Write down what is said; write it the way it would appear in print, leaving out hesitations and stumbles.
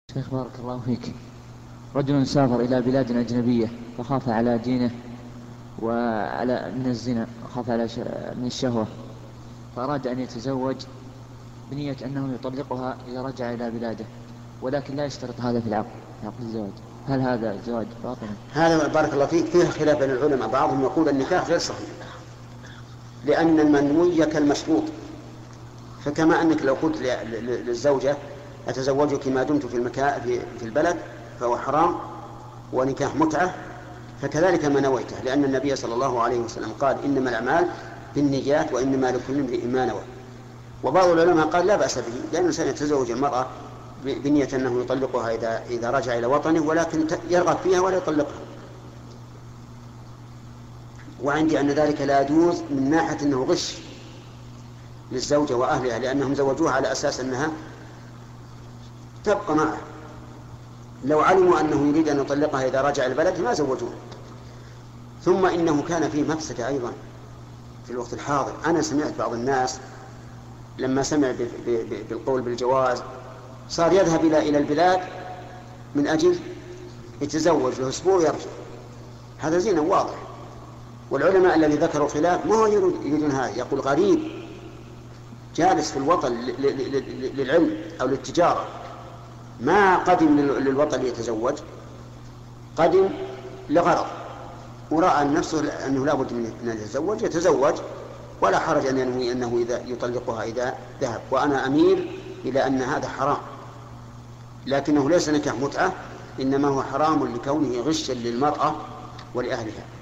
شيخ بارك الله فيك. رجل سافر إلى بلاد أجنبية فخاف على دينه وعلى من الزنا، خاف على من الشهوة، فأراد أن يتزوج بنية أنه يطلقها إذا رجع إلى بلاده، ولكن لا يشترط هذا في عقد الزواج. هل هذا الزواج باطل؟ هذا بارك الله فيك فيه خلاف بين العلماء، بعضهم يقول النكاح غير صحيح لأن المنوي كالمشروط. فكما أنك لو قلت للزوجة أتزوجك ما دمت في البلد فهو حرام ونكاح متعة، فكذلك ما نويته، لأن النبي صلى الله عليه وسلم قال إنما الأعمال بالنيات وإنما لكل امرئ ما نوى. وبعض العلماء قال لا بأس به، لأن الإنسان يتزوج المرأة بنية أنه يطلقها إذا رجع إلى وطنه، ولكن يرغب فيها ولا يطلقها. وعندي أن ذلك لا يجوز من ناحية أنه غش للزوجة وأهلها، لأنهم زوجوها على أساس أنها تبقى معه. لو علموا أنه يريد أن يطلقها إذا رجع البلد ما زوجوه. ثم إنه كان فيه مفسدة أيضا في الوقت الحاضر. أنا سمعت بعض الناس لما سمع بالقول بالجواز صار يذهب إلى البلاد من أجل يتزوج له أسبوع ويرجع. هذا زنا واضح. والعلماء الذي ذكروا خلاف ما هو يريدون هذا، يقول غريب جالس في الوطن للعلم أو للتجارة، ما قدم للوطن يتزوج، قدم لغرض ورأى نفسه أنه لا بد من أن يتزوج ولا حرج أن ينوي أنه إذا يطلقها إذا ذهب. وأنا أميل إلى أن هذا حرام، لكنه ليس نكاح متعة، إنما هو حرام لكونه غشا للمرأة ولأهلها.